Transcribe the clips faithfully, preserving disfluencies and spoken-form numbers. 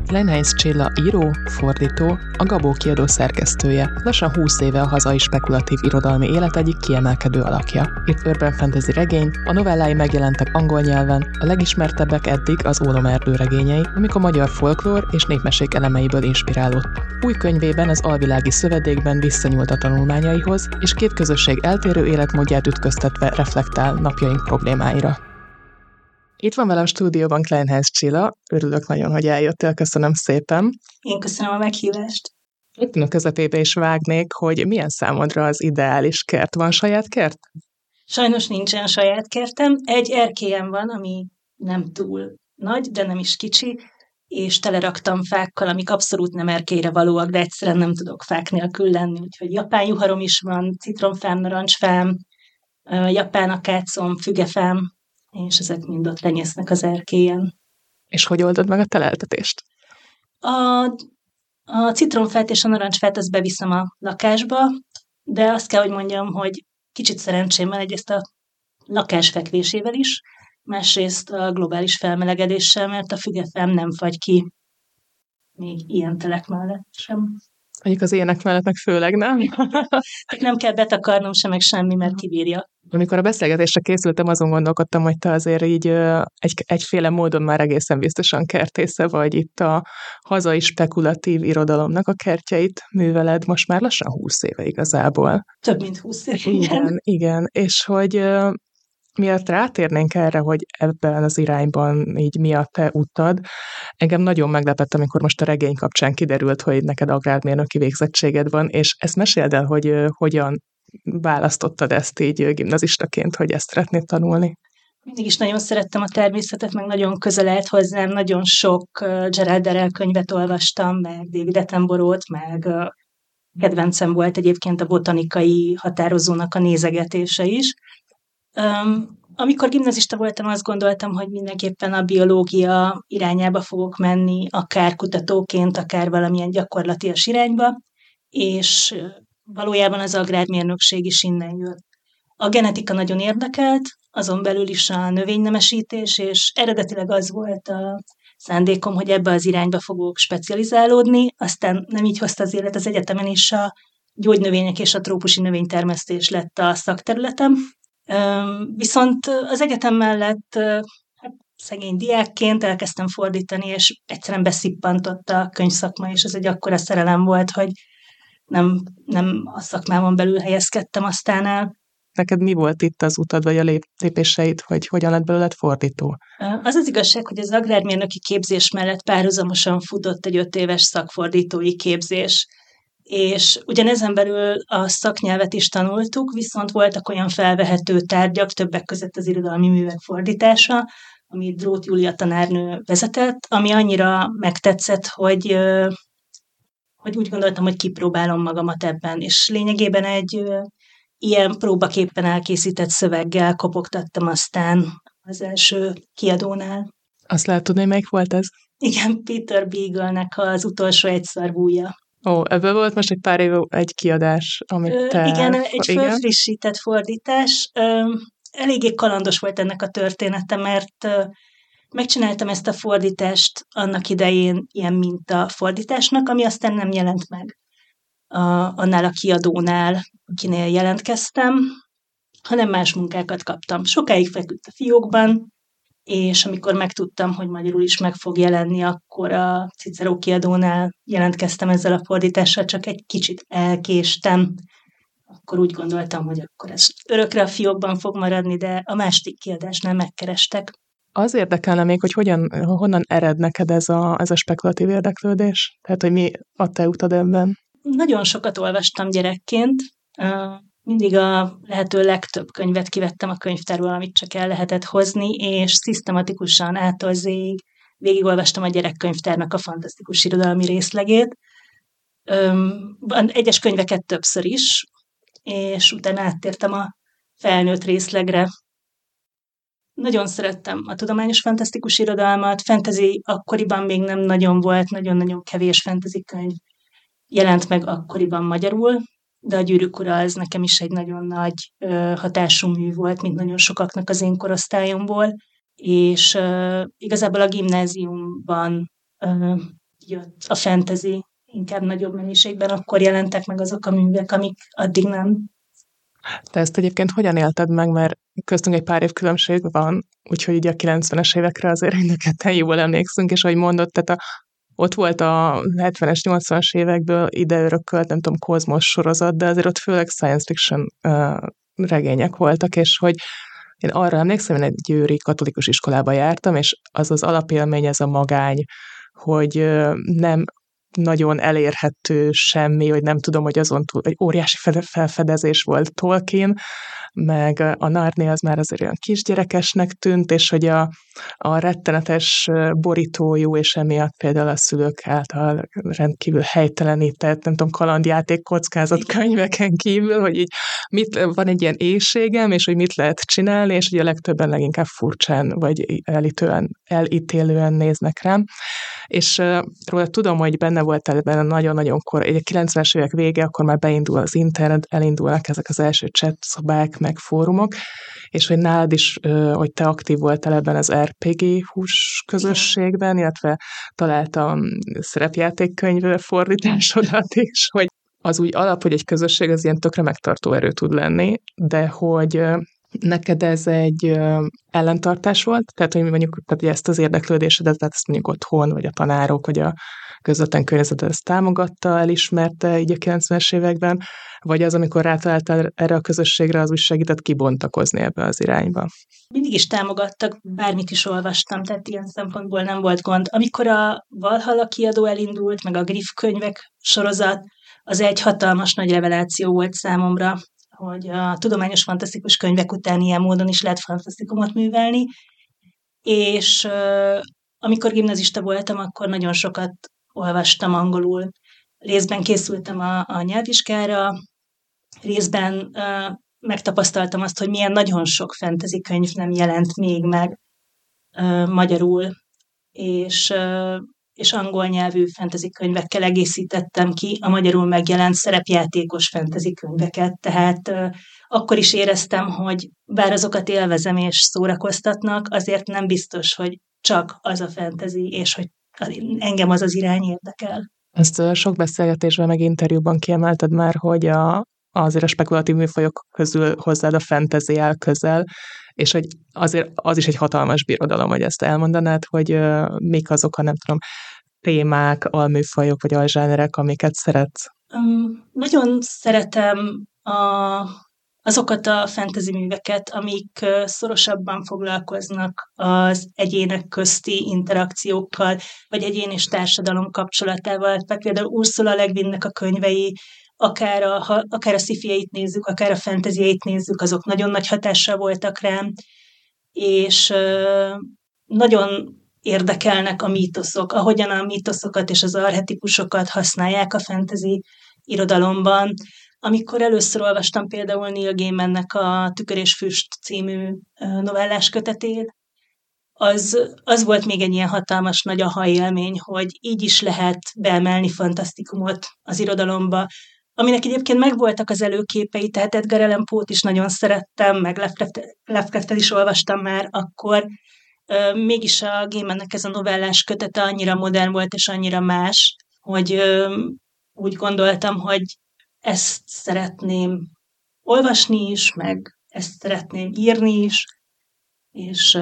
Klein-Heinz Csilla író, fordító, a Gabó kiadó szerkesztője. Lassan húsz éve a hazai spekulatív irodalmi élet egyik kiemelkedő alakja. Írt urban fantasy regényt, a novellái megjelentek angol nyelven, a legismertebbek eddig az Ólomerdő regényei, amik a magyar folklór és népmesék elemeiből inspirálódtak. Új könyvében, az Alvilági Szövedékben visszanyúlt a tanulmányaihoz, és két közösség eltérő életmódját ütköztetve reflektál napjaink problémáira. Itt van velem a stúdióban Klein-Heinz Csilla, örülök nagyon, hogy eljöttél, köszönöm szépen. Én köszönöm a meghívást. Rögtön a közepébe is vágnék, hogy milyen számodra az ideális kert. Van saját kert? Sajnos nincsen saját kertem. Egy erkélyem van, ami nem túl nagy, de nem is kicsi, és teleraktam fákkal, amik abszolút nem erkélyre valóak, de egyszerűen nem tudok fák nélkül lenni. Úgyhogy japán juharom is van, citromfám, narancsfám, japán akácom, fügefám, és ezek mind ott lenyésznek az erkélyen. És hogy oldod meg a teleltetést? A, a citromfát és a narancsfát azt beviszem a lakásba, de azt kell, hogy mondjam, hogy kicsit szerencsém van egyrészt a lakás fekvésével is, másrészt a globális felmelegedéssel, mert a fügefám nem fagy ki még ilyen telek mellett sem. Mondjuk az ének mellett meg főleg, nem? Nem kell betakarnom sem, meg semmi, mert kibírja. Amikor a beszélgetésre készültem, azon gondolkodtam, hogy te azért így egy, egyféle módon már egészen biztosan kertésze vagy, itt a hazai spekulatív irodalomnak a kertjeit műveled most már lassan húsz éve igazából. Több mint húsz éve. Igen, igen. És hogy miatt rátérnénk erre, hogy ebben az irányban így mi a te utad, engem nagyon meglepett, amikor most a regény kapcsán kiderült, hogy neked agrármérnöki végzettséged van, és ezt meséld el, hogy hogyan választottad ezt így gimnazistaként, hogy ezt szeretnéd tanulni? Mindig is nagyon szerettem a természetet, meg nagyon közel állt hozzám, nagyon sok Gerald Darrell könyvet olvastam, meg David Attenborough-t, meg kedvencem volt egyébként a botanikai határozónak a nézegetése is. Um, amikor gimnazista voltam, azt gondoltam, hogy mindenképpen a biológia irányába fogok menni, akár kutatóként, akár valamilyen gyakorlatias irányba, és valójában az agrármérnökség is innen jött. A genetika nagyon érdekelt, azon belül is a növénynemesítés, és eredetileg az volt a szándékom, hogy ebbe az irányba fogok specializálódni, aztán nem így hozta az élet, az egyetemen is a gyógynövények és a trópusi növénytermesztés lett a szakterületem. Viszont az egyetem mellett hát, szegény diákként elkezdtem fordítani, és egyszerűen beszippantott a könyvszakma, és ez egy akkora szerelem volt, hogy nem, nem a szakmában belül helyezkedtem aztán el. Neked mi volt itt az utad, vagy a lépéseid, hogy hogyan lett belőled fordító? Az az igazság, hogy az agrármérnöki képzés mellett párhuzamosan futott egy öt éves szakfordítói képzés, és ugyanezen belül a szaknyelvet is tanultuk, viszont voltak olyan felvehető tárgyak, többek között az irodalmi művek fordítása, amit Dróth Júlia tanárnő vezetett, ami annyira megtetszett, hogy, hogy úgy gondoltam, hogy kipróbálom magamat ebben, és lényegében egy ilyen próbaképpen elkészített szöveggel kopogtattam aztán az első kiadónál. Azt lehet tudni, melyik volt ez? Igen, Peter Beagle-nek az utolsó egyszarvúja. Ó, ebből volt most egy pár év egy kiadás, amit te... Ö, igen, egy fölfrissített fordítás. Ö, eléggé kalandos volt ennek a története, mert ö, megcsináltam ezt a fordítást annak idején ilyen mintafordításnak, ami aztán nem jelent meg a, annál a kiadónál, akinél jelentkeztem, hanem más munkákat kaptam. Sokáig feküdt a fiókban, és amikor megtudtam, hogy magyarul is meg fog jelenni, akkor a Cicero kiadónál jelentkeztem ezzel a fordítással, csak egy kicsit elkéstem. Akkor úgy gondoltam, hogy akkor ez örökre a fiókban fog maradni, de a második kiadásnál megkerestek. Az érdekelne még, hogy hogyan, honnan ered neked ez a, ez a spekulatív érdeklődés? Tehát, hogy mi a te utad ebben? Nagyon sokat olvastam gyerekként. Mindig a lehető legtöbb könyvet kivettem a könyvtárból, amit csak el lehetett hozni, és szisztematikusan ától zéig végigolvastam a gyerekkönyvtárnak a fantasztikus irodalmi részlegét. Egyes könyveket többször is, és utána áttértem a felnőtt részlegre. Nagyon szerettem a tudományos fantasztikus irodalmat, fantasy akkoriban még nem nagyon volt, nagyon-nagyon kevés fantasy könyv jelent meg akkoriban magyarul, de a Gyűrűk ura az nekem is egy nagyon nagy ö, hatású mű volt, mint nagyon sokaknak az én korosztályomból, és ö, igazából a gimnáziumban ö, jött a fantasy inkább nagyobb mennyiségben, akkor jelentek meg azok a művek, amik addig nem. Te ezt egyébként hogyan élted meg, mert köztünk egy pár év különbség van, úgyhogy ugye a kilencvenes évekre azért mind a ketten jól emlékszünk, és ahogy mondott, tehát a, ott volt a hetvenes, nyolcvanas évekből ide örökölt, nem tudom, kozmos sorozat, de azért ott főleg science fiction uh, regények voltak, és hogy én arra emlékszem, hogy egy győri katolikus iskolába jártam, és az az alapélmény, ez a magány, hogy uh, nem nagyon elérhető semmi, hogy nem tudom, hogy azon túl egy óriási felfedezés volt Tolkien, meg a Narnia az már azért olyan kisgyerekesnek tűnt, és hogy a, a rettenetes borítójú, és emiatt például a szülők által rendkívül helytelenített, nem tudom, kalandjáték kockázat könyveken kívül, hogy így mit, van egy ilyen éhségem, és hogy mit lehet csinálni, és hogy a legtöbben leginkább furcsán, vagy elítően, elítélően néznek rám. És uh, róla tudom, hogy benne volt ebben nagyon-nagyon kor, egy a kilencvenes évek vége, akkor már beindul az internet, elindulnak ezek az első chat szobák, meg fórumok, és hogy nálad is, uh, hogy te aktív voltál ebben az er pé gé hús közösségben, illetve találtam szerepjátékkönyv fordításodat is, hogy az úgy alap, hogy egy közösség az ilyen tökre megtartó erő tud lenni, de hogy uh, neked ez egy ö, ellentartás volt? Tehát, hogy mondjuk tehát, hogy ezt az érdeklődésedet, tehát ezt mondjuk otthon, vagy a tanárok, vagy a közvetlen környezeted ezt támogatta, elismerte így a kilencvenes években, vagy az, amikor rátaláltál erre a közösségre, az úgy segített kibontakozni ebbe az irányba? Mindig is támogattak, bármit is olvastam, tehát ilyen szempontból nem volt gond. Amikor a Valhalla kiadó elindult, meg a Griff könyvek sorozat, az egy hatalmas nagy reveláció volt számomra, hogy a tudományos fantasztikus könyvek után ilyen módon is lehet fantasztikumot művelni, és uh, amikor gimnazista voltam, akkor nagyon sokat olvastam angolul. Részben készültem a, a nyelvvizsgára, részben uh, megtapasztaltam azt, hogy milyen nagyon sok fantasy könyv nem jelent még meg uh, magyarul, és uh, és angol nyelvű fantasy könyvekkel egészítettem ki a magyarul megjelent szerepjátékos fantasy könyveket, tehát uh, akkor is éreztem, hogy bár azokat élvezem és szórakoztatnak, azért nem biztos, hogy csak az a fantasy, és hogy engem az az irány érdekel. Ezt uh, sok beszélgetésben, meg interjúban kiemelted már, hogy a, azért a spekulatív műfajok közül hozzád a fantasy áll közel, és hogy azért az is egy hatalmas birodalom, hogy ezt elmondanád, hogy uh, mik azok a, nem tudom, témák, alműfajok vagy alzsánerek, amiket szeretsz? Um, nagyon szeretem a, azokat a fantasy műveket, amik uh, szorosabban foglalkoznak az egyének közti interakciókkal, vagy egyén és társadalom kapcsolatával. Tehát például Ursula Le Guinnek a könyvei, akár a, ha, akár a sci-fieit nézzük, akár a fantasyeit nézzük, azok nagyon nagy hatással voltak rám, és uh, nagyon érdekelnek a mítoszok, ahogyan a mítoszokat és az archetipusokat használják a fantasy irodalomban. Amikor először olvastam például Neil Gaimannek a Tükör és Füst című novellás kötetét, az, az volt még egy ilyen hatalmas nagy aha élmény, hogy így is lehet beemelni fantasztikumot az irodalomba, aminek egyébként megvoltak az előképei, tehát Edgar Allan Poe-t is nagyon szerettem, meg Lovecraftet is olvastam már akkor, mégis a Gaimannek ez a novellás kötete annyira modern volt, és annyira más, hogy úgy gondoltam, hogy ezt szeretném olvasni is, meg ezt szeretném írni is, és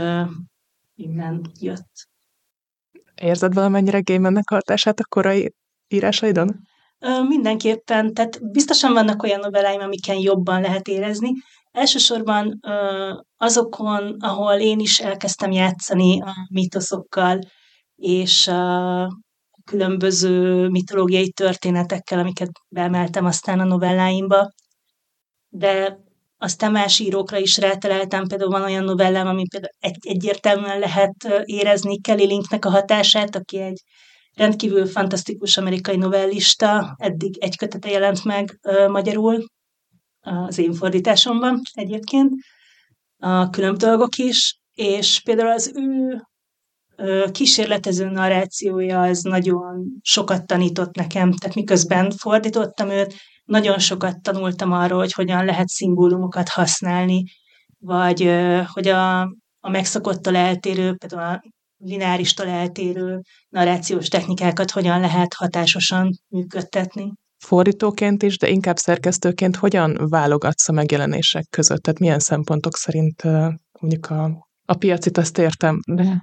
innen jött. Érzed valamennyire Gaimannek hatását a korai írásaidon? Mindenképpen, tehát biztosan vannak olyan novelláim, amiken jobban lehet érezni. Elsősorban azokon, ahol én is elkezdtem játszani a mítoszokkal, és a különböző mitológiai történetekkel, amiket beemeltem aztán a novelláimba. De aztán más írókra is rátaláltam, például van olyan novellám, ami például egy, egyértelműen lehet érezni Kelly Linknek a hatását, aki egy rendkívül fantasztikus amerikai novellista, eddig egy kötete jelent meg uh, magyarul, az én fordításomban egyébként, a különb dolgok is, és például az ő uh, kísérletező narrációja az nagyon sokat tanított nekem, tehát miközben fordítottam őt, nagyon sokat tanultam arról, hogy hogyan lehet szimbólumokat használni, vagy uh, hogy a, a megszokottal eltérő, például a lináristól eltérő narrációs technikákat hogyan lehet hatásosan működtetni. Fordítóként is, de inkább szerkesztőként hogyan válogatsz a megjelenések között? Tehát milyen szempontok szerint mondjuk a, a piacit azt értem, de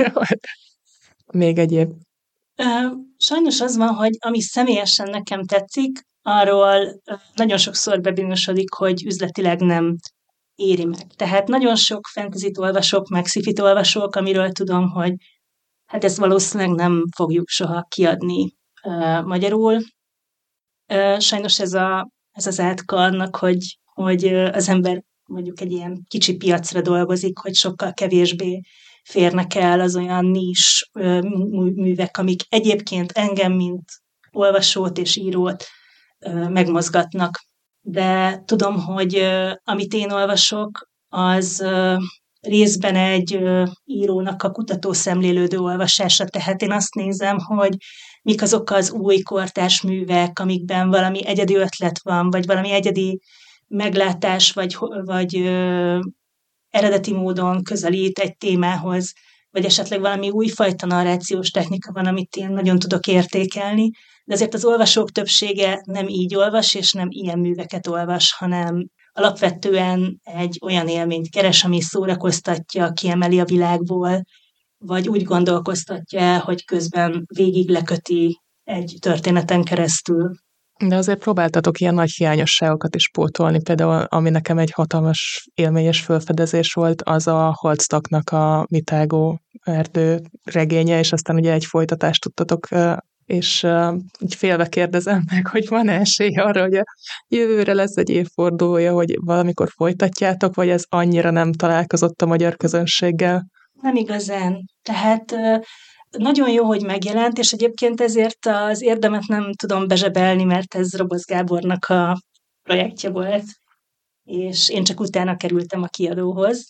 még egyéb? Sajnos az van, hogy ami személyesen nekem tetszik, arról nagyon sokszor bebizonyosodik, hogy üzletileg nem éri meg. Tehát nagyon sok fantasyt olvasok, meg sci-fit olvasok, amiről tudom, hogy hát ezt valószínűleg nem fogjuk soha kiadni uh, magyarul. Uh, sajnos ez, a, ez az átka annak, hogy, hogy az ember mondjuk egy ilyen kicsi piacra dolgozik, hogy sokkal kevésbé férnek el az olyan nis uh, művek, amik egyébként engem, mint olvasót és írót uh, megmozgatnak. De tudom, hogy uh, amit én olvasok, az uh, részben egy uh, írónak a kutatószemlélődő olvasása. Tehát én azt nézem, hogy mik azok az új kortárs művek, amikben valami egyedi ötlet van, vagy valami egyedi meglátás, vagy, vagy uh, eredeti módon közelít egy témához, vagy esetleg valami újfajta narrációs technika van, amit én nagyon tudok értékelni, de azért az olvasók többsége nem így olvas, és nem ilyen műveket olvas, hanem alapvetően egy olyan élményt keres, ami szórakoztatja, kiemeli a világból, vagy úgy gondolkoztatja el, hogy közben végig leköti egy történeten keresztül. De azért próbáltatok ilyen nagy hiányosságokat is pótolni, például ami nekem egy hatalmas élményes felfedezés volt, az a Holztaknak a Mitágó erdő regénye, és aztán ugye egy folytatást tudtatok, és így félve kérdezem meg, hogy van-e esély arra, hogy a jövőre lesz egy évfordulója, hogy valamikor folytatjátok, vagy ez annyira nem találkozott a magyar közönséggel? Nem igazán. Tehát nagyon jó, hogy megjelent, és egyébként ezért az érdemet nem tudom bezsebelni, mert ez Robosz Gábornak a projektje volt, és én csak utána kerültem a kiadóhoz.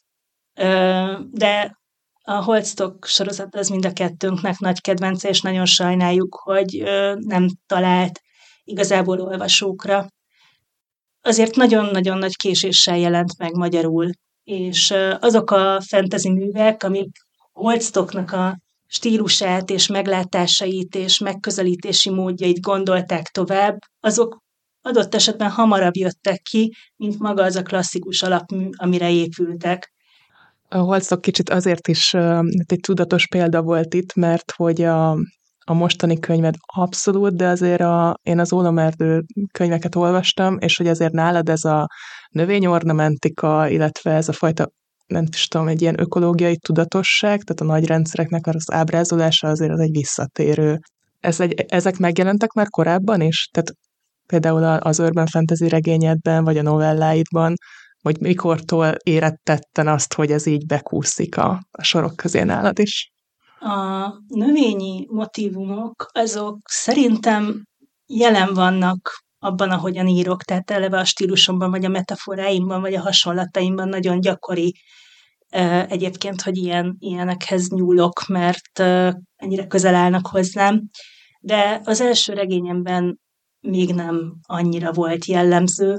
De a Holztok sorozat az mind a kettőnknek nagy kedvence, és nagyon sajnáljuk, hogy nem talált igazából olvasókra. Azért nagyon-nagyon nagy késéssel jelent meg magyarul, és azok a fantasy művek, amik Holztoknak a stílusát és meglátásait és megközelítési módjait gondolták tovább, azok adott esetben hamarabb jöttek ki, mint maga az a klasszikus alapmű, amire épültek. A Holztok kicsit azért is egy tudatos példa volt itt, mert hogy a, a mostani könyved abszolút, de azért a, én az Ólomerdő könyveket olvastam, és hogy azért nálad ez a növényornamentika, illetve ez a fajta, nem is tudom, egy ilyen ökológiai tudatosság, tehát a nagy rendszereknek az ábrázolása azért az egy visszatérő. Ez egy, ezek megjelentek már korábban is? Tehát például az urban fantasy regényedben, vagy a novelláidban, hogy mikortól érettetten azt, hogy ez így bekúszik a, a sorok közé nálad is? A növényi motívumok, azok szerintem jelen vannak abban, ahogyan írok, tehát eleve a stílusomban, vagy a metaforáimban, vagy a hasonlataimban nagyon gyakori egyébként, hogy ilyen, ilyenekhez nyúlok, mert ennyire közel állnak hozzám. De az első regényemben még nem annyira volt jellemző.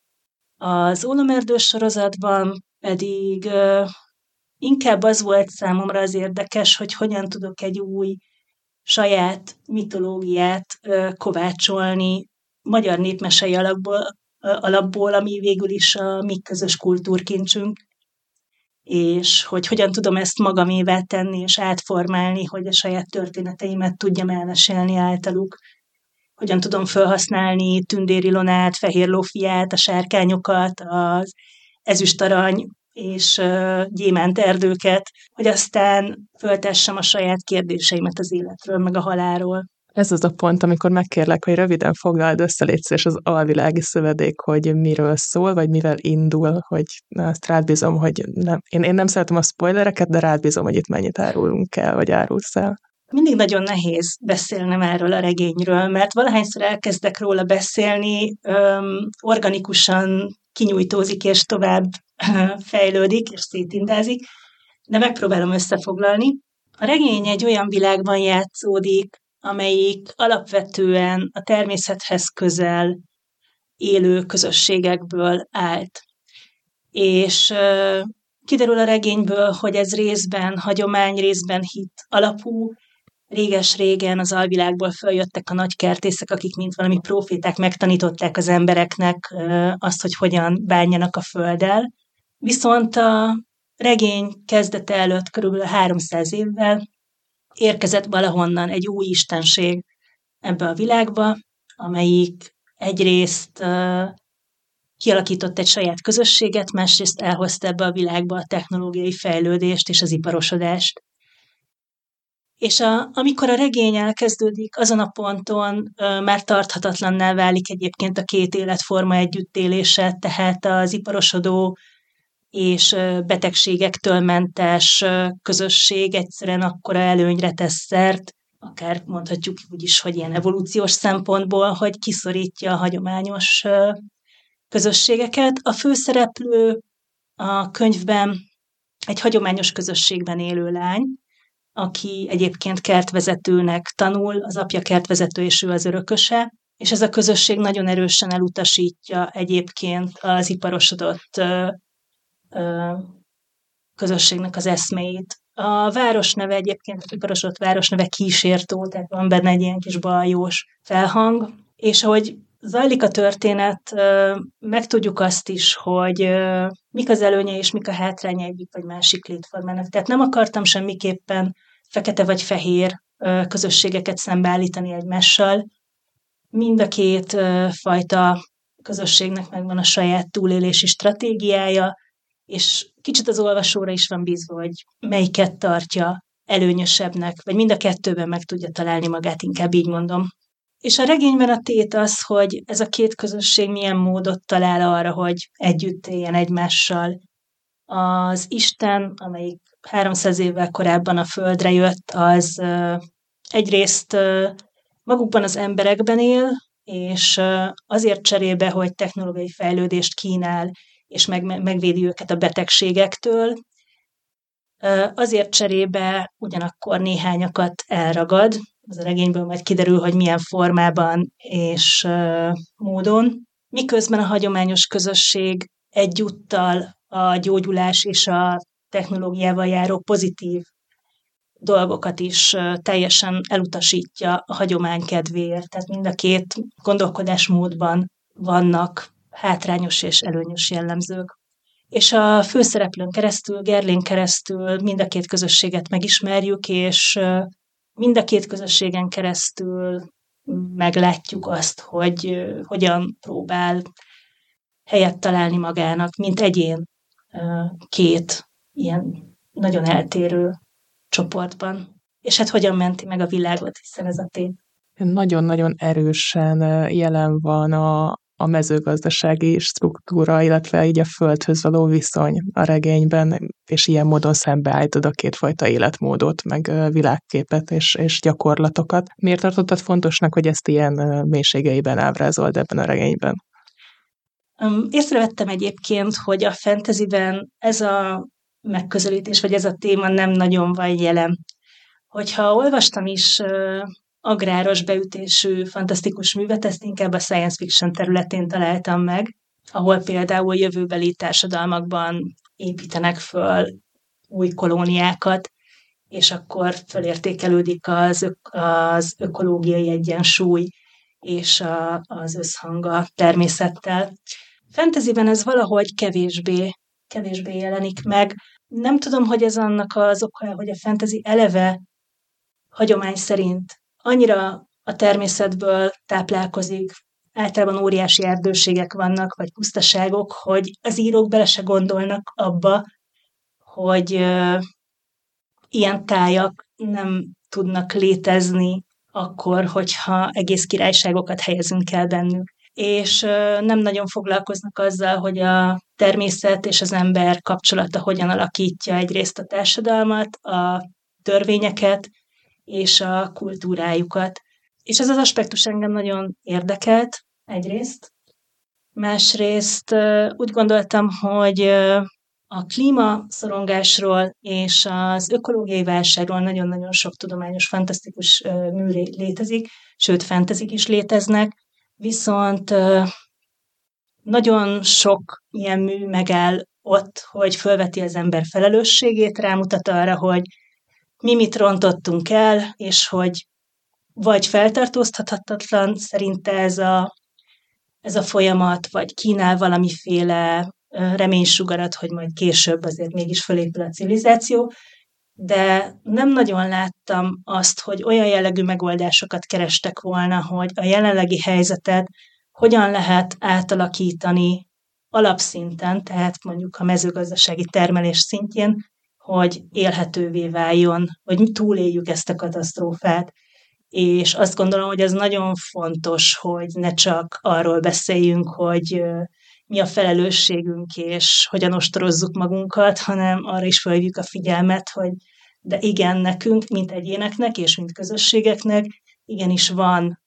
Az Ólomerdős sorozatban pedig uh, inkább az volt számomra az érdekes, hogy hogyan tudok egy új saját mitológiát uh, kovácsolni magyar népmesei alapból, uh, alapból, ami végül is a mi közös kultúrkincsünk, és hogy hogyan tudom ezt magamévá tenni és átformálni, hogy a saját történeteimet tudjam elmesélni általuk. Hogyan tudom felhasználni Tündér Ilonát, Fehér Lófiát, a sárkányokat, az ezüstarany és uh, gyémánt erdőket, hogy aztán föltessem a saját kérdéseimet az életről, meg a halálról. Ez az a pont, amikor megkérlek, hogy röviden foglald össze, légy szíves, az alvilági szövedék, hogy miről szól, vagy mivel indul, hogy na, azt rád bízom, hogy nem. Én, én nem szeretem a spoilereket, de rád bízom, hogy itt mennyit árulunk el, vagy árulsz el. Mindig nagyon nehéz beszélnem erről a regényről, mert valahányszor elkezdek róla beszélni, öm, organikusan kinyújtózik és tovább fejlődik és szétindázik, de megpróbálom összefoglalni. A regény egy olyan világban játszódik, amelyik alapvetően a természethez közel élő közösségekből állt. És Kiderül a regényből, hogy ez részben hagyomány, részben hit alapú. Réges-régen az alvilágból följöttek a nagykertészek, akik mint valami próféták megtanították az embereknek azt, hogy hogyan bánjanak a földdel. Viszont a regény kezdete előtt körülbelül háromszáz évvel érkezett valahonnan egy új istenség ebbe a világba, amelyik egyrészt uh, kialakított egy saját közösséget, másrészt elhozta ebbe a világba a technológiai fejlődést és az iparosodást. És a, amikor a regény elkezdődik, azon a ponton uh, már tarthatatlanná válik egyébként a két életforma együttélése, tehát az iparosodó és betegségektől mentes közösség egyszerűen akkora előnyre tesz szert, akár mondhatjuk úgy is, hogy ilyen evolúciós szempontból, hogy kiszorítja a hagyományos közösségeket. A főszereplő a könyvben egy hagyományos közösségben élő lány, aki egyébként kertvezetőnek tanul, az apja kertvezető, és ő az örököse, és ez a közösség nagyon erősen elutasítja egyébként az iparosodott közösségnek az eszméit. A város neve egyébként, az iparosodott város neve Kísértó, tehát van benne egy ilyen kis baljós felhang, és ahogy zajlik a történet, megtudjuk azt is, hogy mik az előnye és mik a hátránya egyik vagy másik létformának. Tehát nem akartam semmiképpen fekete vagy fehér közösségeket szembeállítani egymással. Mind a két fajta közösségnek megvan a saját túlélési stratégiája, és kicsit az olvasóra is van bízva, hogy melyiket tartja előnyösebbnek, vagy mind a kettőben meg tudja találni magát, inkább így mondom. És a regényben a tét az, hogy ez a két közösség milyen módot talál arra, hogy együtt éljen egymással. Az Isten, amelyik háromszáz évvel korábban a földre jött, az egyrészt magukban az emberekben él, és azért cserébe, hogy technológiai fejlődést kínál, és meg, megvédi őket a betegségektől, azért cserébe ugyanakkor néhányakat elragad. Az a regényből majd kiderül, hogy milyen formában és módon. Miközben a hagyományos közösség egyúttal a gyógyulás és a technológiával járó pozitív dolgokat is teljesen elutasítja a hagyomány kedvéért. Tehát mind a két gondolkodásmódban vannak hátrányos és előnyös jellemzők. És a főszereplőn keresztül, Gerlén keresztül mind a két közösséget megismerjük, és mind a két közösségen keresztül meglátjuk azt, hogy hogyan próbál helyet találni magának, mint egyén két ilyen nagyon eltérő csoportban. És hát hogyan menti meg a világot, hiszen ez a tét. Nagyon-nagyon erősen jelen van a a mezőgazdasági struktúra, illetve így a földhöz való viszony a regényben, és ilyen módon szembeállítod a kétfajta életmódot, meg világképet és, és gyakorlatokat. Miért tartottad fontosnak, hogy ezt ilyen mélységeiben ábrázold ebben a regényben? Észrevettem egyébként, hogy a fantasyben ez a megközelítés, vagy ez a téma nem nagyon van jelen. Hogyha olvastam is agráros beütésű, fantasztikus művet, ezt inkább a science fiction területén találtam meg, ahol például jövőbeli társadalmakban építenek föl új kolóniákat, és akkor fölértékelődik az, ök- az ökológiai egyensúly és a, az összhang a természettel. Fantasyben ez valahogy kevésbé, kevésbé jelenik meg. Nem tudom, hogy ez annak az oka, hogy a fantasy eleve hagyomány szerint annyira a természetből táplálkozik, általában óriási erdőségek vannak, vagy pusztaságok, hogy az írók bele se gondolnak abba, hogy uh, ilyen tájak nem tudnak létezni akkor, hogyha egész királyságokat helyezünk el bennük. És uh, nem nagyon foglalkoznak azzal, hogy a természet és az ember kapcsolata hogyan alakítja egyrészt a társadalmat, a törvényeket, és a kultúrájukat. És ez az aspektus engem nagyon érdekelt egyrészt. Másrészt úgy gondoltam, hogy a klímaszorongásról és az ökológiai válságról nagyon-nagyon sok tudományos, fantasztikus mű létezik, sőt, fantasyk is léteznek, viszont nagyon sok ilyen mű megáll ott, hogy fölveti az ember felelősségét, rámutat arra, hogy mi mit rontottunk el, és hogy vagy feltartóztathatatlan szerinte ez a, ez a folyamat, vagy kínál valamiféle reménysugarat, hogy majd később azért mégis fölépül a civilizáció, de nem nagyon láttam azt, hogy olyan jellegű megoldásokat kerestek volna, hogy a jelenlegi helyzetet hogyan lehet átalakítani alapszinten, tehát mondjuk a mezőgazdasági termelés szintjén, hogy élhetővé váljon, hogy túléljük ezt a katasztrófát. És azt gondolom, hogy ez nagyon fontos, hogy ne csak arról beszéljünk, hogy mi a felelősségünk, és hogyan ostorozzuk magunkat, hanem arra is felhívjuk a figyelmet, hogy de igen, nekünk, mint egyéneknek és mint közösségeknek, igenis van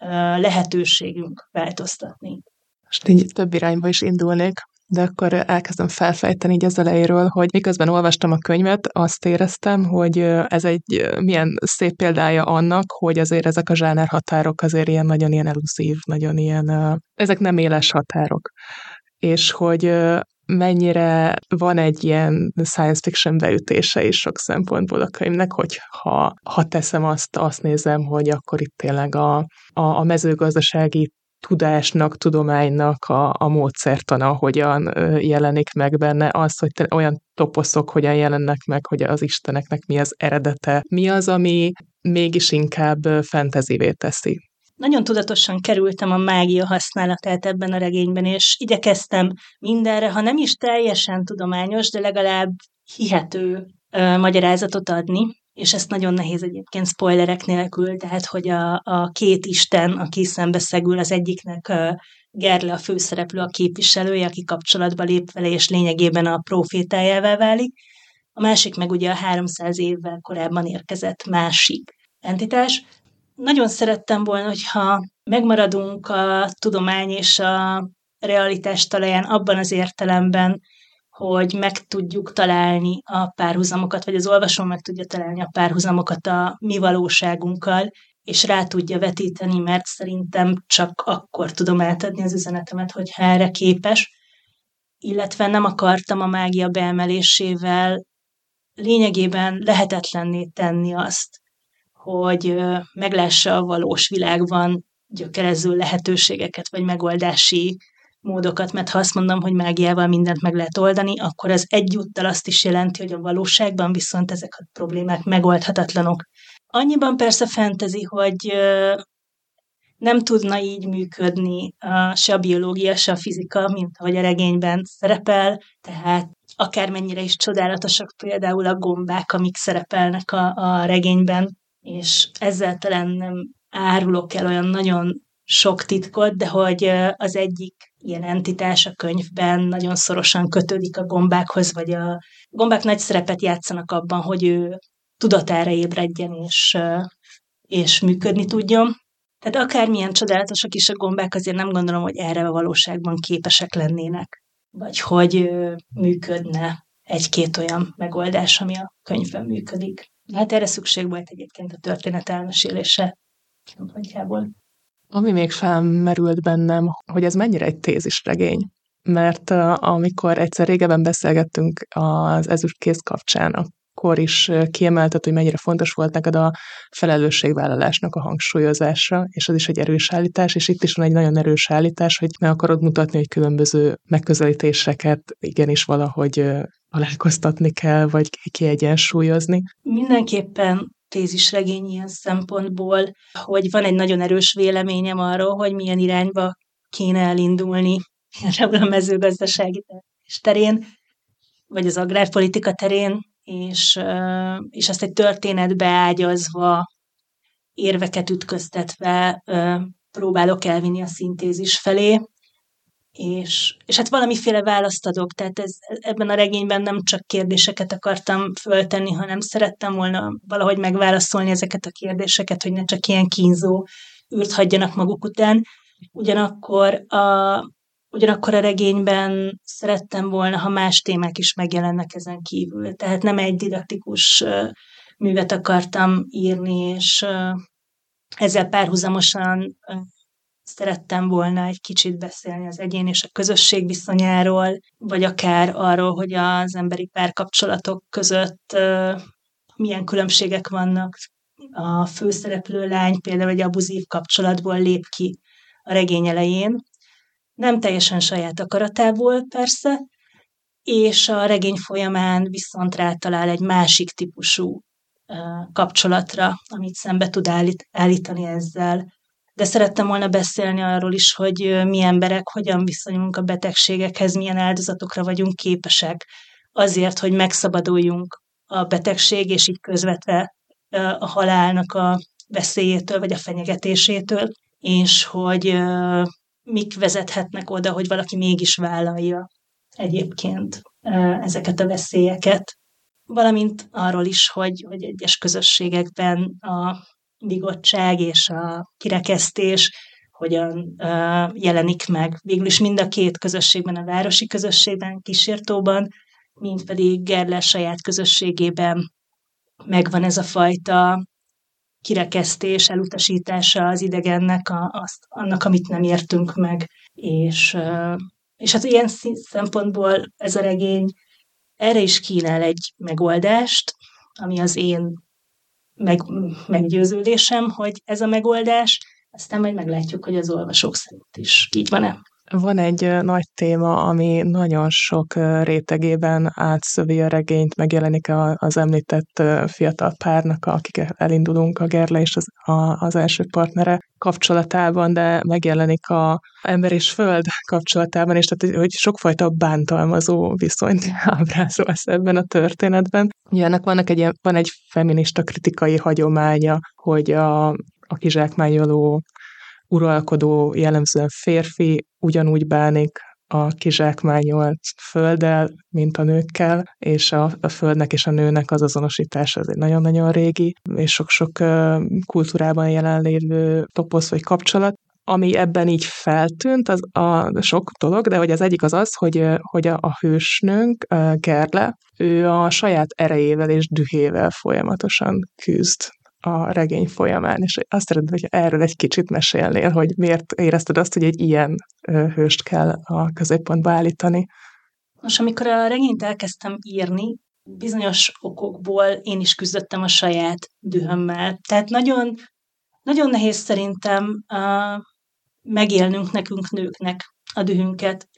lehetőségünk változtatni. Most így több irányba is indulnék, de akkor elkezdem felfejteni így az elejéről, hogy miközben olvastam a könyvet, azt éreztem, hogy ez egy milyen szép példája annak, hogy azért ezek a zsánerhatárok azért ilyen nagyon ilyen eluszív, nagyon ilyen, ezek nem éles határok. És hogy mennyire van egy ilyen science fiction beütése is sok szempontból a könyvnek, hogy ha, ha teszem azt, azt nézem, hogy akkor itt tényleg a, a, a mezőgazdasági tudásnak, tudománynak a, a módszertana hogyan jelenik meg benne, az, hogy olyan toposzok hogyan jelennek meg, hogy az isteneknek mi az eredete, mi az, ami mégis inkább fantasyvé teszi. Nagyon tudatosan kerültem a mágia használatát ebben a regényben, és igyekeztem mindenre, ha nem is teljesen tudományos, de legalább hihető ö, magyarázatot adni, és ezt nagyon nehéz egyébként spoilerek nélkül, tehát hogy a, a két isten, aki szembeszegül, az egyiknek ö, Gerle a főszereplő, a képviselője, aki kapcsolatba lép vele, és lényegében a profétájává válik, a másik meg ugye a háromszáz évvel korábban érkezett másik entitás. Nagyon szerettem volna, hogyha megmaradunk a tudomány és a realitás talaján abban az értelemben, hogy meg tudjuk találni a párhuzamokat, vagy az olvasó meg tudja találni a párhuzamokat a mi valóságunkkal, és rá tudja vetíteni, mert szerintem csak akkor tudom átadni az üzenetemet, hogyha erre képes, illetve nem akartam a mágia beemelésével lényegében lehetetlenné tenni azt, hogy meglássa a valós világban gyökerező lehetőségeket, vagy megoldási módokat, mert ha azt mondom, hogy mágiával mindent meg lehet oldani, akkor az egyúttal azt is jelenti, hogy a valóságban viszont ezek a problémák megoldhatatlanok. Annyiban persze fantasy, hogy nem tudna így működni a, se a biológia, se a fizika, mint ahogy a regényben szerepel, tehát akármennyire is csodálatosak például a gombák, amik szerepelnek a, a regényben, és ezzel talán nem árulok el olyan nagyon sok titkot, de hogy az egyik ilyen entitás a könyvben nagyon szorosan kötődik a gombákhoz, vagy a gombák nagy szerepet játszanak abban, hogy ő tudatára ébredjen és, és működni tudjon. Tehát akármilyen csodálatosak is a gombák, azért nem gondolom, hogy erre a valóságban képesek lennének, vagy hogy működne egy-két olyan megoldás, ami a könyvben működik. Hát erre szükség volt egyébként a történet elmesélése szempontjából. Ami még felmerült bennem, hogy ez mennyire egy tézisregény. Mert uh, amikor egyszer régebben beszélgettünk az ezüstkéz kapcsán, akkor is kiemelted, hogy mennyire fontos volt neked a felelősségvállalásnak a hangsúlyozása, és az is egy erős állítás, és itt is van egy nagyon erős állítás, hogy meg akarod mutatni, hogy különböző megközelítéseket igenis valahogy találkoztatni kell, vagy kiegyensúlyozni. Mindenképpen tézisregény ilyen szempontból, hogy van egy nagyon erős véleményem arról, hogy milyen irányba kéne elindulni ebből a mezőgazdasági terén, vagy az agrárpolitika terén, és, és azt egy történetbe ágyazva, érveket ütköztetve próbálok elvinni a szintézis felé, és, és hát valamiféle választ adok, tehát ez, ebben a regényben nem csak kérdéseket akartam föltenni, hanem szerettem volna valahogy megválaszolni ezeket a kérdéseket, hogy ne csak ilyen kínzó űrt hagyjanak maguk után. Ugyanakkor a, ugyanakkor a regényben szerettem volna, ha más témák is megjelennek ezen kívül. Tehát nem egy didaktikus művet akartam írni, és ezzel párhuzamosan szerettem volna egy kicsit beszélni az egyén és a közösség viszonyáról, vagy akár arról, hogy az emberi párkapcsolatok között uh, milyen különbségek vannak. A főszereplő lány például egy abuzív kapcsolatból lép ki a regény elején, nem teljesen saját akaratából persze, és a regény folyamán viszont rátalál egy másik típusú uh, kapcsolatra, amit szembe tud állít, állítani ezzel. De szerettem volna beszélni arról is, hogy mi emberek hogyan viszonyulunk a betegségekhez, milyen áldozatokra vagyunk képesek azért, hogy megszabaduljunk a betegség, és így közvetve a halálnak a veszélyétől, vagy a fenyegetésétől, és hogy mik vezethetnek oda, hogy valaki mégis vállalja egyébként ezeket a veszélyeket. Valamint arról is, hogy, hogy egyes közösségekben a bigottság és a kirekesztés hogyan uh, jelenik meg. Végül is mind a két közösségben, a városi közösségben, Kísértóban, mint pedig Gerle saját közösségében megvan ez a fajta kirekesztés, elutasítása az idegennek, a, azt, annak, amit nem értünk meg. És, uh, és hát ilyen szempontból ez a regény erre is kínál egy megoldást, ami az én meg, meggyőződésem, hogy ez a megoldás, aztán majd meglátjuk, hogy az olvasók szerint is így van-e. Van egy nagy téma, ami nagyon sok rétegében átszövi a regényt, megjelenik az említett fiatal párnak, akik elindulunk, a Gerle és az, a, az első partnere kapcsolatában, de megjelenik a ember és föld kapcsolatában, és tehát, hogy sokfajta bántalmazó viszonyt ábrázolsz ebben a történetben. Ugye ennek vannak egy, van egy feminista kritikai hagyománya, hogy a, a kizsákmányoló uralkodó, jellemzően férfi ugyanúgy bánik a kizsákmányolt földdel, mint a nőkkel, és a, a földnek és a nőnek az azonosítása az egy nagyon-nagyon régi, és sok-sok uh, kultúrában jelenlévő toposz vagy kapcsolat. Ami ebben így feltűnt, az a sok dolog, de hogy az egyik az az, hogy, hogy a, a hősnőnk, uh, Gerle, ő a saját erejével és dühével folyamatosan küzd a regény folyamán, és azt szeretném, hogy erről egy kicsit mesélnél, hogy miért érezted azt, hogy egy ilyen hőst kell a középpontba állítani. Most, amikor a regényt elkezdtem írni, bizonyos okokból én is küzdöttem a saját dühömmel. Tehát nagyon, nagyon nehéz szerintem uh, megélnünk nekünk nőknek a dühünket,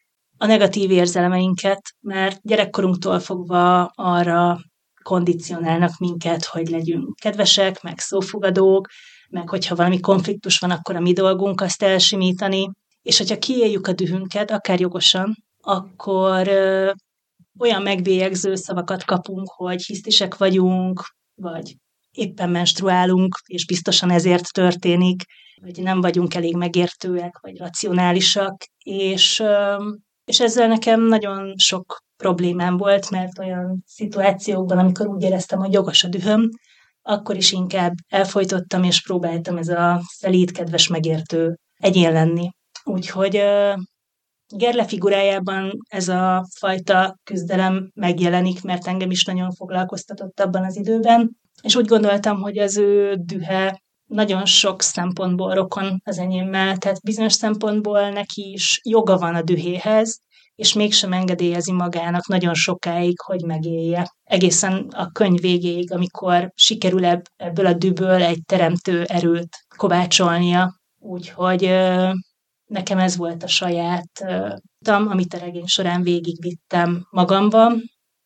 a negatív érzelmeinket, mert gyerekkorunktól fogva arra kondicionálnak minket, hogy legyünk kedvesek, meg szófogadók, meg hogyha valami konfliktus van, akkor a mi dolgunk azt elsimítani, és hogyha kiéljük a dühünket, akár jogosan, akkor ö, olyan megbélyegző szavakat kapunk, hogy hisztisek vagyunk, vagy éppen menstruálunk, és biztosan ezért történik, vagy nem vagyunk elég megértőek, vagy racionálisak, és, ö, és ezzel nekem nagyon sok problémám volt, mert olyan szituációkban, amikor úgy éreztem, hogy jogos a dühöm, akkor is inkább elfojtottam, és próbáltam ez a szelíd, kedves, megértő egyén lenni. Úgyhogy uh, Gerle figurájában ez a fajta küzdelem megjelenik, mert engem is nagyon foglalkoztatott abban az időben, és úgy gondoltam, hogy az ő dühe nagyon sok szempontból rokon az enyémmel, tehát bizonyos szempontból neki is joga van a dühéhez, és mégsem engedélyezi magának nagyon sokáig, hogy megélje. Egészen a könyv végéig, amikor sikerül ebből a dühből egy teremtő erőt kovácsolnia. Úgyhogy nekem ez volt a saját tam, amit a regény során végigvittem magamban,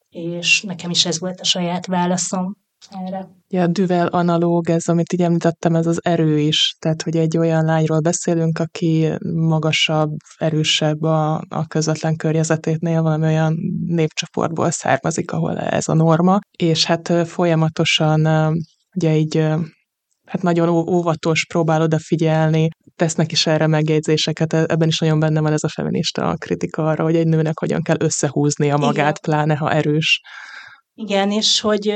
és nekem is ez volt a saját válaszom erre. Ja, a dühvel analóg ez, amit így említettem, ez az erő is. Tehát, hogy egy olyan lányról beszélünk, aki magasabb, erősebb a, a közvetlen környezeténél, valami olyan népcsoportból származik, ahol ez a norma, és hát folyamatosan ugye így hát nagyon óvatos, próbál odafigyelni, tesznek is erre megjegyzéseket, ebben is nagyon benne van ez a feminista kritika arra, hogy egy nőnek hogyan kell összehúznia magát, igen, pláne ha erős. Igen, és hogy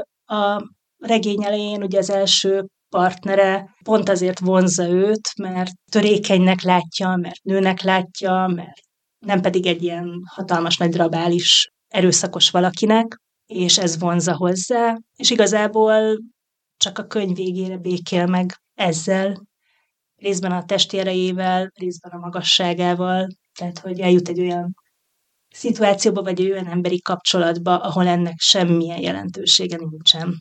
a regény elején ugye az első partnere pont azért vonzza őt, mert törékenynek látja, mert nőnek látja, mert nem pedig egy ilyen hatalmas nagy drabális erőszakos valakinek, és ez vonzza hozzá, és igazából csak a könyv végére békél meg ezzel, részben a testi erejével, részben a magasságával, tehát hogy eljut egy olyan szituációba, vagy egy olyan emberi kapcsolatba, ahol ennek semmilyen jelentősége nincsen.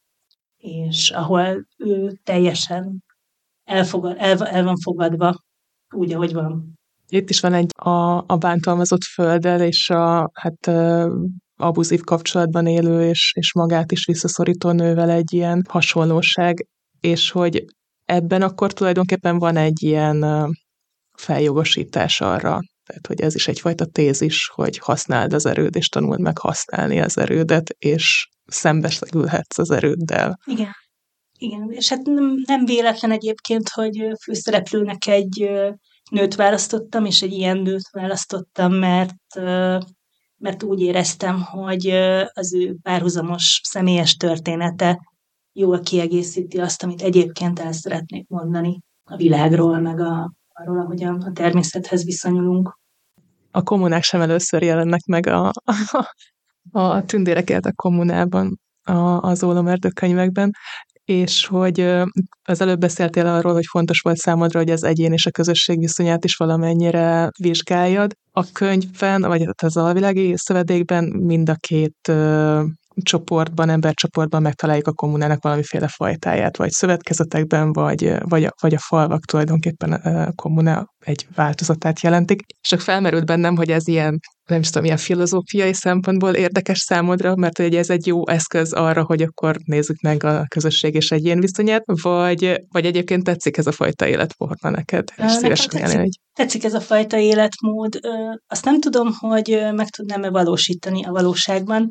És ahol ő teljesen elfogad, el, el van fogadva, úgy, ahogy van. Itt is van egy a, a bántalmazott földdel, és a hát uh, abuzív kapcsolatban élő, és, és magát is visszaszorító nővel egy ilyen hasonlóság, és hogy ebben akkor tulajdonképpen van egy ilyen uh, feljogosítás arra, tehát hogy ez is egyfajta tézis, hogy használd az erőd, és tanuld meg használni az erődet, és szembesülhetsz az erőddel. Igen. Igen, és hát nem, nem véletlen egyébként, hogy főszereplőnek egy nőt választottam, és egy ilyen nőt választottam, mert, mert úgy éreztem, hogy az ő párhuzamos személyes története jól kiegészíti azt, amit egyébként el szeretnék mondani a világról, meg a, arról, ahogyan a természethez viszonyulunk. A kommunák sem először jelennek meg a, a, a tündérek éltek kommunában, a, az ólomerdő könyvekben, és hogy az előbb beszéltél arról, hogy fontos volt számodra, hogy az egyén és a közösség viszonyát is valamennyire vizsgáljad. A könyvben, vagy az alvilági szövedékben mind a két csoportban, embercsoportban megtaláljuk a kommunának valamiféle fajtáját, vagy szövetkezetekben, vagy, vagy, a, vagy a falvak tulajdonképpen a kommuná egy változatát jelentik. És csak felmerült bennem, hogy ez ilyen, nem is tudom, ilyen filozófiai szempontból érdekes számodra, mert hogy ez egy jó eszköz arra, hogy akkor nézzük meg a közösség és egyén viszonyát, vagy, vagy egyébként tetszik ez a fajta életforma neked? És szívesen tetszik, egy. tetszik ez a fajta életmód. Azt nem tudom, hogy meg tudnám-e valósítani a valóságban,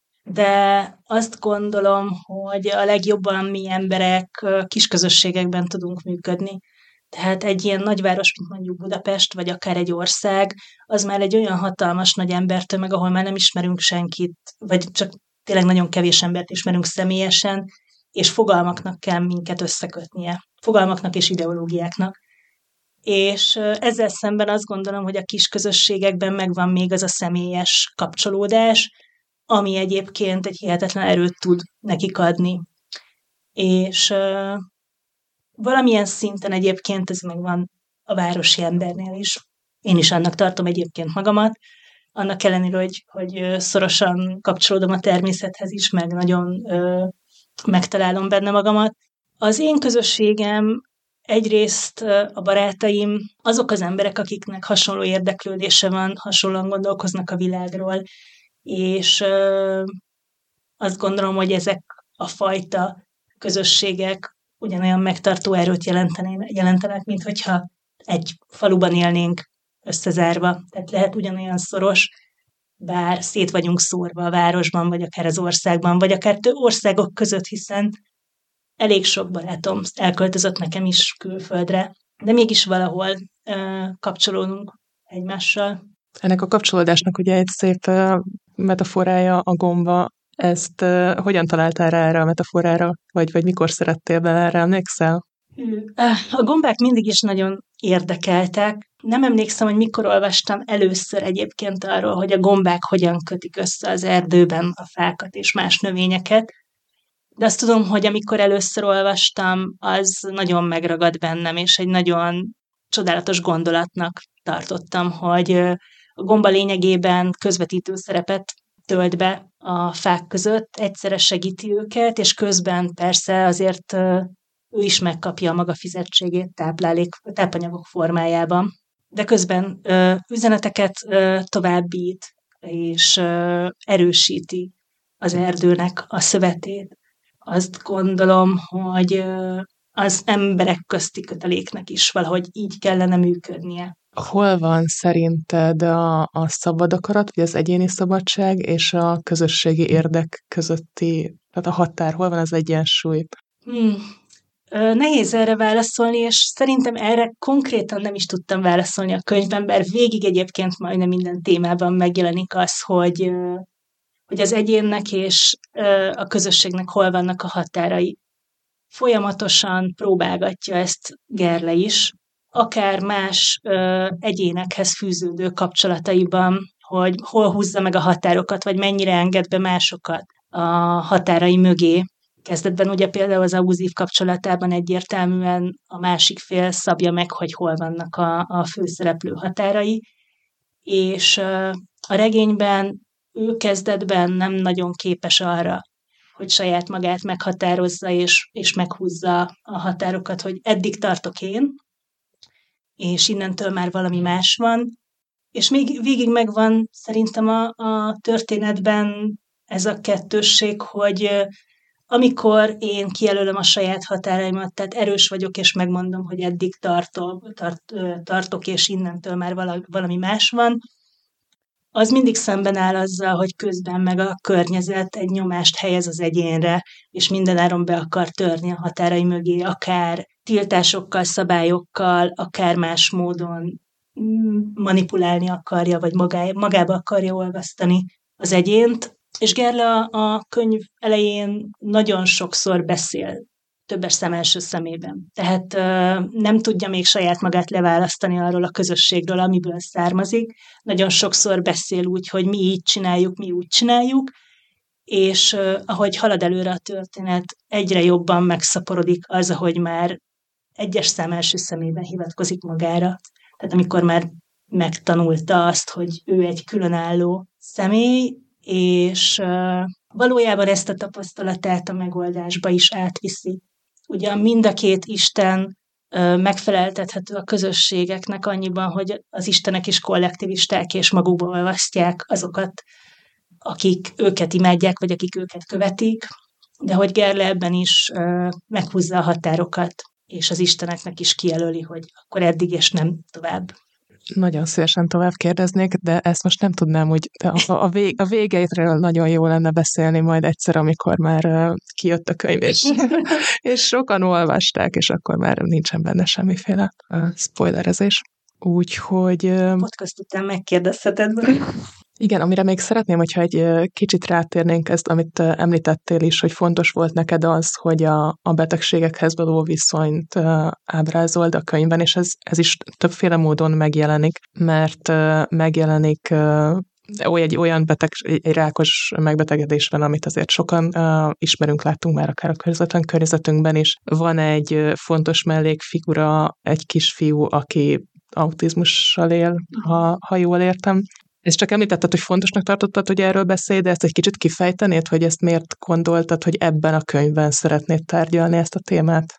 de azt gondolom, hogy a legjobban mi emberek kisközösségekben tudunk működni. Tehát egy ilyen nagyváros, mint mondjuk Budapest, vagy akár egy ország, az már egy olyan hatalmas nagy embertömeg, ahol már nem ismerünk senkit, vagy csak tényleg nagyon kevés embert ismerünk személyesen, és fogalmaknak kell minket összekötnie. Fogalmaknak és ideológiáknak. És ezzel szemben azt gondolom, hogy a kisközösségekben megvan még az a személyes kapcsolódás, ami egyébként egy hihetetlen erőt tud nekik adni. És uh, valamilyen szinten egyébként ez megvan a városi embernél is. Én is annak tartom egyébként magamat, annak ellenére, hogy, hogy szorosan kapcsolódom a természethez is, meg nagyon uh, megtalálom benne magamat. Az én közösségem egyrészt a barátaim, azok az emberek, akiknek hasonló érdeklődése van, hasonlóan gondolkoznak a világról, és ö, azt gondolom, hogy ezek a fajta közösségek ugyanolyan megtartó erőt jelentenek, mint hogyha egy faluban élnénk összezárva. Tehát lehet ugyanolyan szoros, bár szét vagyunk szórva a városban, vagy akár az országban, vagy akár több országok között, hiszen elég sok barátom elköltözött nekem is külföldre, de mégis valahol ö, kapcsolódunk egymással. Ennek a kapcsolódásnak ugye egy szép metaforája a gomba. Ezt uh, hogyan találtál rá erre a metaforára? Vagy, vagy mikor szerettél bele erre, emlékszel? A gombák mindig is nagyon érdekeltek. Nem emlékszem, hogy mikor olvastam először egyébként arról, hogy a gombák hogyan kötik össze az erdőben a fákat és más növényeket. De azt tudom, hogy amikor először olvastam, az nagyon megragad bennem, és egy nagyon csodálatos gondolatnak tartottam, hogy a gomba lényegében közvetítő szerepet tölt be a fák között, egyszerre segíti őket, és közben persze azért ő is megkapja a maga fizetségét táplálék, tápanyagok formájában. De közben ö, üzeneteket ö, továbbít, és ö, erősíti az erdőnek a szövetét. Azt gondolom, hogy ö, az emberek közti köteléknek is valahogy így kellene működnie. Hol van szerinted a, a szabad akarat, vagy az egyéni szabadság és a közösségi érdek közötti, tehát a határ, hol van az egyensúly? Hmm. Nehéz erre válaszolni, és szerintem erre konkrétan nem is tudtam válaszolni a könyvben, bár végig egyébként majdnem minden témában megjelenik az, hogy, hogy az egyénnek és a közösségnek hol vannak a határai. Folyamatosan próbálgatja ezt Gerle is, akár más egyénekhez fűződő kapcsolataiban, hogy hol húzza meg a határokat, vagy mennyire enged be másokat a határai mögé. Kezdetben ugye például az abuzív kapcsolatában egyértelműen a másik fél szabja meg, hogy hol vannak a, a főszereplő határai, és a regényben ő kezdetben nem nagyon képes arra, hogy saját magát meghatározza, és, és meghúzza a határokat, hogy eddig tartok én, és innentől már valami más van, és még végig megvan szerintem a, a történetben ez a kettősség, hogy amikor én kijelölöm a saját határaimat, tehát erős vagyok, és megmondom, hogy eddig tartom, tart, tartok, és innentől már valami más van, az mindig szemben áll azzal, hogy közben meg a környezet egy nyomást helyez az egyénre, és mindenáron be akar törni a határai mögé, akár tiltásokkal, szabályokkal, akár más módon manipulálni akarja, vagy magába akarja olvasztani az egyént. És Gerle a könyv elején nagyon sokszor beszél többes szem első szemében. Tehát nem tudja még saját magát leválasztani arról a közösségről, amiből származik. Nagyon sokszor beszél úgy, hogy mi így csináljuk, mi úgy csináljuk, és ahogy halad előre a történet, egyre jobban megszaporodik az, ahogy már egyes szem első szemében hivatkozik magára. Tehát amikor már megtanulta azt, hogy ő egy különálló személy, és valójában ezt a tapasztalatát a megoldásba is átviszi. Ugyan mind a két Isten megfeleltethető a közösségeknek annyiban, hogy az istenek is kollektivisták, és magukba olvasztják azokat, akik őket imádják, vagy akik őket követik, de hogy Gerle ebben is meghúzza a határokat, és az isteneknek is kijelöli, hogy akkor eddig és nem tovább. Nagyon szívesen tovább kérdeznék, de ezt most nem tudnám úgy, a, a, vég, a végeitről nagyon jó lenne beszélni majd egyszer, amikor már uh, kijött a könyv, és, és sokan olvasták, és akkor már nincsen benne semmiféle uh, spoilerezés. Úgyhogy... Uh, Podcast után megkérdezheted. Igen, amire még szeretném, hogyha egy kicsit rátérnénk ezt, amit említettél is, hogy fontos volt neked az, hogy a, a betegségekhez való viszonyt ábrázold a könyvben, és ez, ez is többféle módon megjelenik, mert megjelenik egy olyan beteg, egy rákos megbetegedés van, amit azért sokan uh, ismerünk, láttunk már akár a közvetlen környezetünkben is. Van egy fontos mellékfigura, egy kisfiú, aki autizmussal él, ha, ha jól értem. Ezt csak említetted, hogy fontosnak tartottad, hogy erről beszélj, de ezt egy kicsit kifejtenéd, hogy ezt miért gondoltad, hogy ebben a könyvben szeretnéd tárgyalni ezt a témát?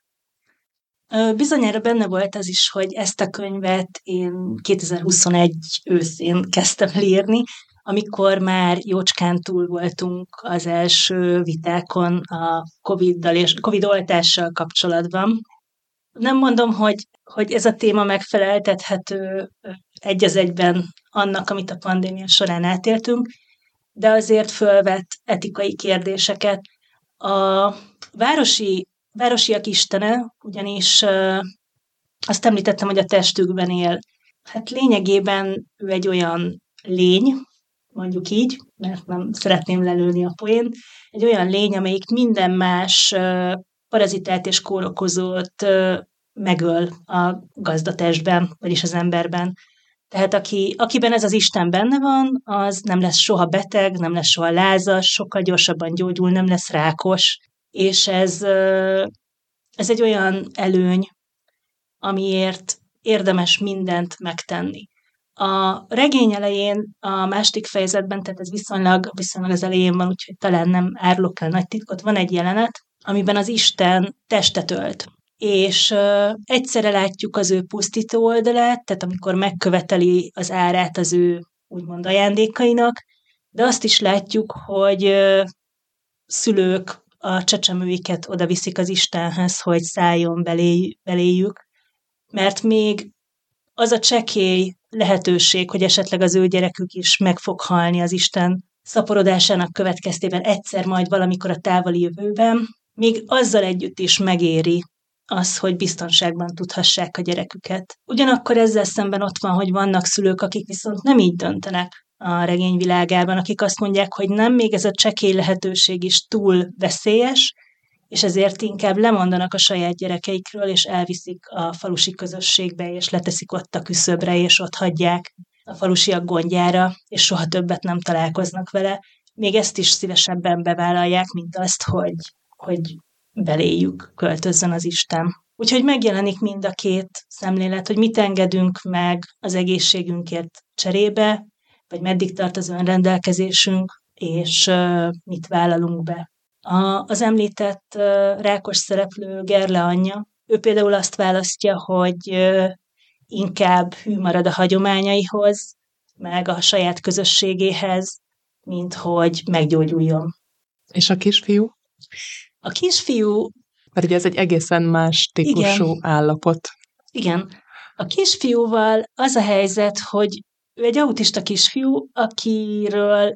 Bizonyára benne volt az is, hogy ezt a könyvet én kétezer-huszonegy őszén kezdtem írni, amikor már jócskán túl voltunk az első vitákon a Coviddal és Covid oltással kapcsolatban. Nem mondom, hogy, hogy ez a téma megfeleltethető egy az egyben annak, amit a pandémia során átéltünk, de azért fölvet etikai kérdéseket. A városi, városiak istene, ugyanis azt említettem, hogy a testükben él. Hát lényegében ő egy olyan lény, mondjuk így, mert nem szeretném lelőni a poént, egy olyan lény, amelyik minden más parazitát és kórokozót megöl a gazdatestben, vagyis az emberben. Tehát aki, akiben ez az Isten benne van, az nem lesz soha beteg, nem lesz soha lázas, sokkal gyorsabban gyógyul, nem lesz rákos, és ez, ez egy olyan előny, amiért érdemes mindent megtenni. A regény elején, a második fejezetben, tehát ez viszonylag, viszonylag az elején van, úgyhogy talán nem árulok el nagy titkot, van egy jelenet, amiben az Isten testet ölt. És uh, egyszerre látjuk az ő pusztító oldalát, tehát amikor megköveteli az árát az ő úgymond ajándékainak, de azt is látjuk, hogy uh, szülők a csecsemőiket oda viszik az Istenhez, hogy szálljon belé, beléjük, mert még az a csekély lehetőség, hogy esetleg az ő gyerekük is meg fog halni az Isten szaporodásának következtében egyszer majd valamikor a távoli jövőben, még azzal együtt is megéri az, hogy biztonságban tudhassák a gyereküket. Ugyanakkor ezzel szemben ott van, hogy vannak szülők, akik viszont nem így döntenek a regény világában, akik azt mondják, hogy nem, még ez a csekély lehetőség is túl veszélyes, és ezért inkább lemondanak a saját gyerekeikről, és elviszik a falusi közösségbe, és leteszik ott a küszöbre, és ott hagyják a falusiak gondjára, és soha többet nem találkoznak vele. Még ezt is szívesebben bevállalják, mint azt, hogy hogy beléjük költözzön az Isten. Úgyhogy megjelenik mind a két szemlélet, hogy mit engedünk meg az egészségünkért cserébe, vagy meddig tart az önrendelkezésünk, és uh, mit vállalunk be. A, az említett uh, rákos szereplő Gerle anyja, ő például azt választja, hogy uh, inkább hű marad a hagyományaihoz, meg a saját közösségéhez, mint hogy meggyógyuljon. És a kisfiú? A kisfiú... Mert ugye ez egy egészen más típusú igen. állapot. Igen. A kisfiúval az a helyzet, hogy ő egy autista kisfiú, akiről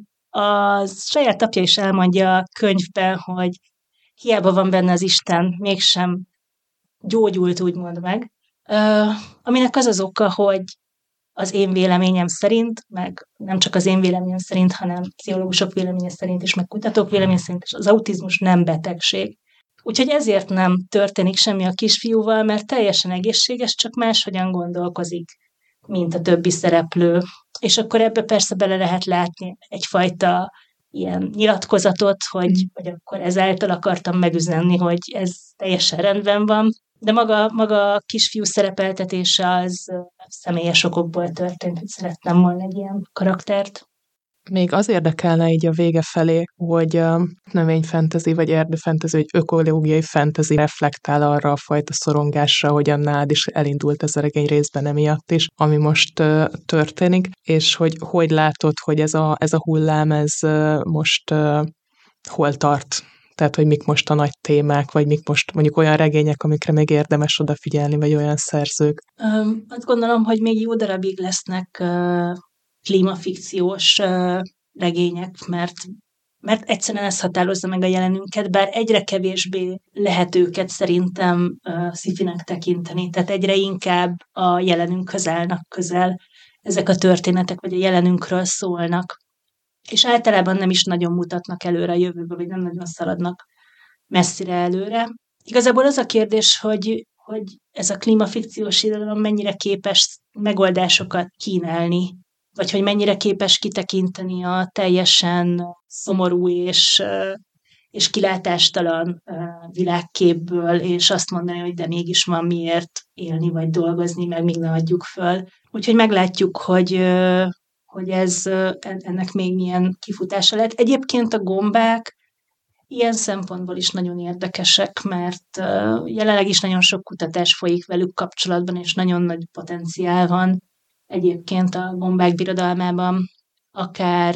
a saját apja is elmondja a könyvben, hogy hiába van benne az Isten, mégsem gyógyult, úgymond meg. Uh, aminek az az oka, hogy az én véleményem szerint, meg nem csak az én véleményem szerint, hanem pszichológusok véleménye szerint is, meg kutatók véleménye szerint is, az autizmus nem betegség. Úgyhogy ezért nem történik semmi a kisfiúval, mert teljesen egészséges, csak máshogyan gondolkozik, mint a többi szereplő. És akkor ebbe persze bele lehet látni egyfajta ilyen nyilatkozatot, hogy, hogy akkor ezáltal akartam megüzenni, hogy ez teljesen rendben van. De maga, maga a kisfiú szerepeltetése az személyes okokból történt, hogy szerettem volna egy ilyen karaktert. Még az érdekelne így a vége felé, hogy a növényfentezi vagy erdőfentezi, vagy ökológiai fentezi reflektál arra a fajta szorongásra, hogyan nálad is elindult ez a regény részben emiatt is, ami most uh, történik, és hogy hogy látod, hogy ez a, ez a hullám, ez uh, most uh, hol tart? Tehát, hogy mik most a nagy témák, vagy mik most mondjuk olyan regények, amikre még érdemes odafigyelni, vagy olyan szerzők? Um, azt gondolom, hogy még jó darabig lesznek uh, klímafikciós uh, regények, mert, mert egyszerűen ez határozza meg a jelenünket, bár egyre kevésbé lehet őket szerintem uh, sci-finek tekinteni, tehát egyre inkább a jelenünkhöz állnak közel ezek a történetek, vagy a jelenünkről szólnak. És általában nem is nagyon mutatnak előre a jövőbe, vagy nem nagyon szaladnak messzire előre. Igazából az a kérdés, hogy, hogy ez a klímafikciós irodalom mennyire képes megoldásokat kínálni, vagy hogy mennyire képes kitekinteni a teljesen szomorú és, és kilátástalan világképből, és azt mondani, hogy de mégis van miért élni, vagy dolgozni, meg még ne adjuk föl. Úgyhogy meglátjuk, hogy hogy ez, ennek még milyen kifutása lehet. Egyébként a gombák ilyen szempontból is nagyon érdekesek, mert jelenleg is nagyon sok kutatás folyik velük kapcsolatban, és nagyon nagy potenciál van egyébként a gombák birodalmában, akár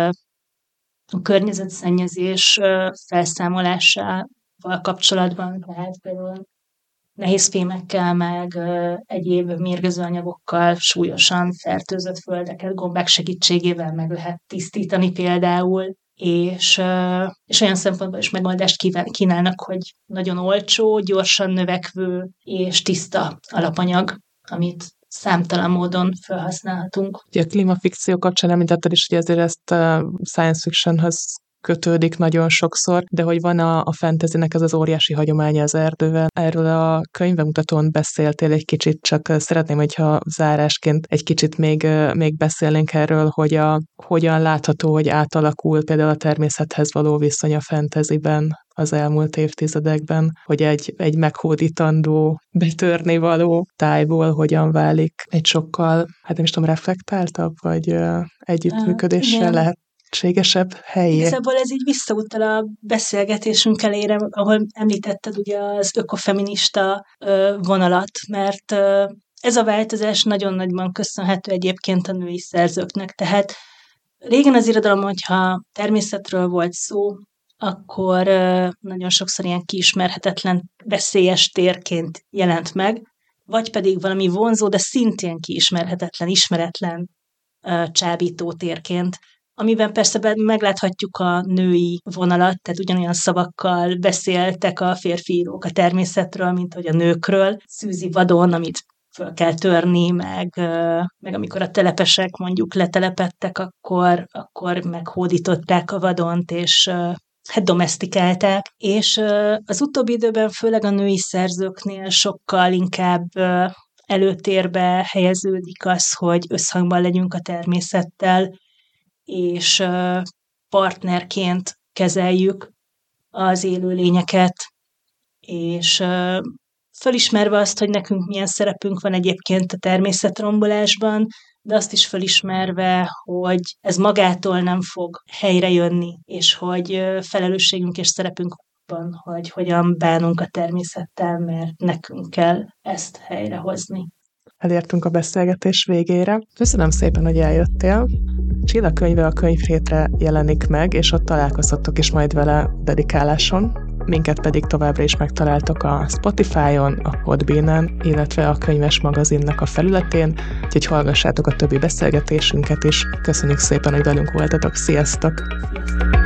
a környezetszennyezés felszámolásával kapcsolatban, tehát például nehézfémekkel, meg egyéb mérgező anyagokkal súlyosan fertőzött földeket gombák segítségével meg lehet tisztítani például, és, és olyan szempontból is megoldást kínálnak, hogy nagyon olcsó, gyorsan növekvő és tiszta alapanyag, amit számtalan módon felhasználhatunk. Ugye a klímafikció kapcsán említetted is, hogy ezért ezt a science fictionhöz kötődik nagyon sokszor, de hogy van a, a fantasynek ez az óriási hagyománya az erdővel. Erről a könyvbemutatón beszéltél egy kicsit, csak szeretném, hogyha zárásként egy kicsit még, még beszélnénk erről, hogy a, hogyan látható, hogy átalakul például a természethez való viszony a fantasyben az elmúlt évtizedekben, hogy egy, egy meghódítandó, betörni való tájból hogyan válik egy sokkal, hát nem is tudom, reflektáltabb, vagy uh, együttműködéssel uh, lehet lehetségesebb helyé. Igazából ez így visszautal a beszélgetésünk elére, ahol említetted ugye az ökofeminista ö, vonalat, mert ö, ez a változás nagyon nagyban köszönhető egyébként a női szerzőknek. Tehát régen az irodalom, hogyha természetről volt szó, akkor ö, nagyon sokszor ilyen kiismerhetetlen, veszélyes térként jelent meg, vagy pedig valami vonzó, de szintén kiismerhetetlen, ismeretlen ö, csábító térként, amiben persze megláthatjuk a női vonalat, tehát ugyanolyan szavakkal beszéltek a férfi írók a természetről, mint hogy a nőkről. Szűzi vadon, amit föl kell törni, meg, meg amikor a telepesek mondjuk letelepedtek, akkor, akkor meghódították a vadont, és hát domesztikálták. És az utóbbi időben főleg a női szerzőknél sokkal inkább előtérbe helyeződik az, hogy összhangban legyünk a természettel, és partnerként kezeljük az élőlényeket, és fölismerve azt, hogy nekünk milyen szerepünk van egyébként a természetrombolásban, de azt is fölismerve, hogy ez magától nem fog helyrejönni, és hogy felelősségünk és szerepünk van, hogy hogyan bánunk a természettel, mert nekünk kell ezt helyrehozni. Elértünk a beszélgetés végére. Köszönöm szépen, hogy eljöttél. Csilla könyve a Könyvhétre jelenik meg, és ott találkozhatok is majd vele dedikáláson. Minket pedig továbbra is megtaláltok a Spotify-on, a Podbean-en, illetve a Könyves Magazinnak a felületén, úgyhogy hallgassátok a többi beszélgetésünket is. Köszönjük szépen, hogy velünk voltatok. Sziasztok! Sziasztok!